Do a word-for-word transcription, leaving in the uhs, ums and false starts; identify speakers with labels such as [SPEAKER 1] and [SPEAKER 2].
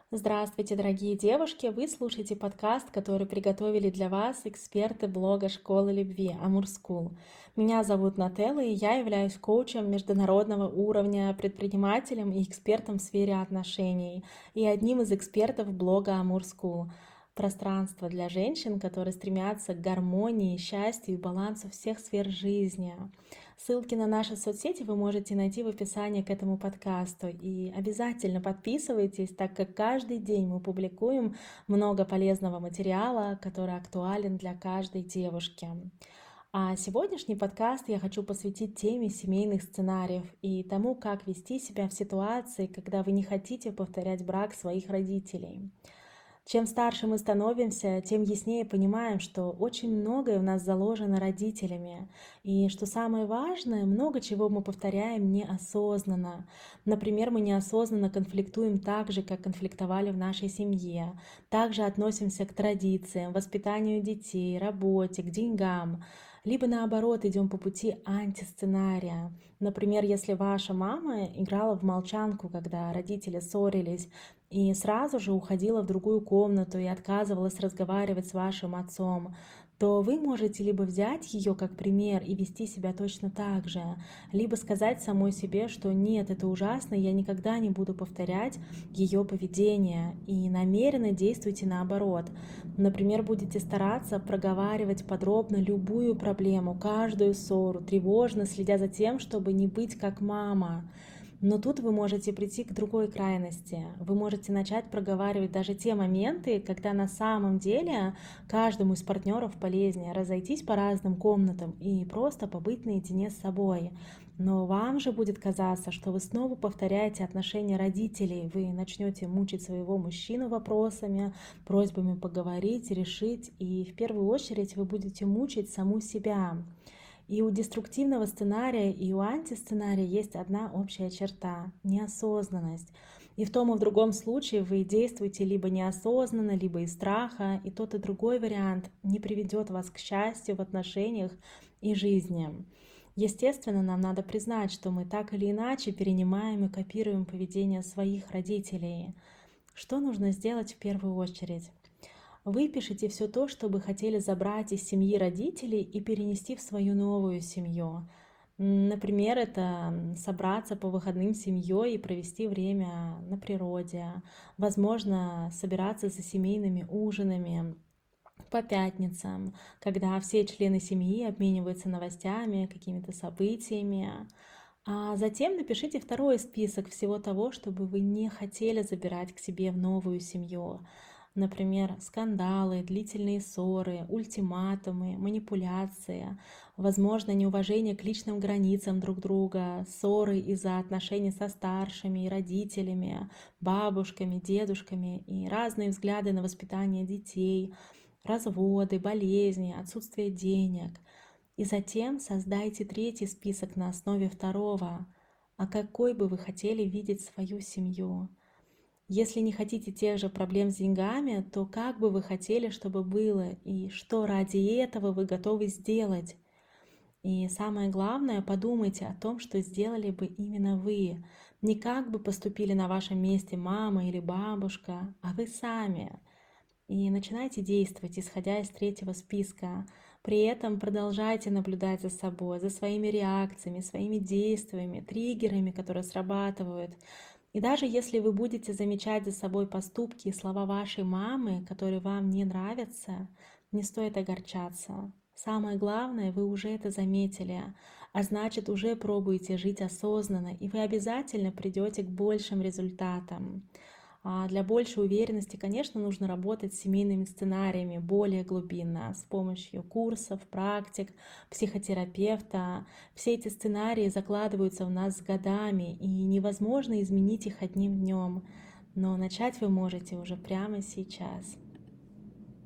[SPEAKER 1] Здравствуйте, дорогие девушки! Вы слушаете подкаст, который приготовили для вас эксперты блога «Школы любви» Амур Скул. Меня зовут Нателла, и я являюсь коучем международного уровня, предпринимателем и экспертом в сфере отношений, и одним из экспертов блога Амур Скул. Пространство для женщин, которые стремятся к гармонии, счастью и балансу всех сфер жизни. Ссылки на наши соцсети вы можете найти в описании к этому подкасту. И обязательно подписывайтесь, так как каждый день мы публикуем много полезного материала, который актуален для каждой девушки. А сегодняшний подкаст я хочу посвятить теме семейных сценариев и тому, как вести себя в ситуации, когда вы не хотите повторять брак своих родителей. Чем старше мы становимся, тем яснее понимаем, что очень многое в нас заложено родителями. И что самое важное, много чего мы повторяем неосознанно. Например, мы неосознанно конфликтуем так же, как конфликтовали в нашей семье. Также относимся к традициям, воспитанию детей, работе, к деньгам. Либо наоборот идем по пути антисценария. Например, если ваша мама играла в молчанку, когда родители ссорились, и сразу же уходила в другую комнату и отказывалась разговаривать с вашим отцом, то вы можете либо взять ее как пример и вести себя точно так же, либо сказать самой себе, что нет, это ужасно, я никогда не буду повторять ее поведение, и намеренно действуйте наоборот. Например, будете стараться проговаривать подробно любую проблему, каждую ссору, тревожно следя за тем, чтобы не быть как мама. Но тут вы можете прийти к другой крайности. Вы можете начать проговаривать даже те моменты, когда на самом деле каждому из партнеров полезнее разойтись по разным комнатам и просто побыть наедине с собой. Но вам же будет казаться, что вы снова повторяете отношения родителей, вы начнете мучить своего мужчину вопросами, просьбами поговорить, решить, и в первую очередь вы будете мучить саму себя. И у деструктивного сценария, и у антисценария есть одна общая черта – неосознанность. И в том и в другом случае вы действуете либо неосознанно, либо из страха, и тот и другой вариант не приведет вас к счастью в отношениях и жизни. Естественно, нам надо признать, что мы так или иначе перенимаем и копируем поведение своих родителей. Что нужно сделать в первую очередь? Выпишите все то, что вы хотели забрать из семьи родителей и перенести в свою новую семью. Например, это собраться по выходным с семьей и провести время на природе. Возможно, собираться за семейными ужинами по пятницам, когда все члены семьи обмениваются новостями, какими-то событиями. А затем напишите второй список всего того, что бы вы не хотели забирать к себе в новую семью. Например, скандалы, длительные ссоры, ультиматумы, манипуляции, возможно, неуважение к личным границам друг друга, ссоры из-за отношений со старшими и родителями, бабушками, дедушками и разные взгляды на воспитание детей, разводы, болезни, отсутствие денег. И затем создайте третий список на основе второго. А какой бы вы хотели видеть свою семью? Если не хотите тех же проблем с деньгами, то как бы вы хотели, чтобы было, и что ради этого вы готовы сделать? И самое главное, подумайте о том, что сделали бы именно вы. Не как бы поступили на вашем месте мама или бабушка, а вы сами. И начинайте действовать, исходя из третьего списка. При этом продолжайте наблюдать за собой, за своими реакциями, своими действиями, триггерами, которые срабатывают. И даже если вы будете замечать за собой поступки и слова вашей мамы, которые вам не нравятся, не стоит огорчаться. Самое главное, вы уже это заметили, а значит, уже пробуете жить осознанно, и вы обязательно придете к большим результатам. А для большей уверенности, конечно, нужно работать с семейными сценариями более глубинно, с помощью курсов, практик, психотерапевта. Все эти сценарии закладываются в нас с годами, и невозможно изменить их одним днем. Но начать вы можете уже прямо сейчас.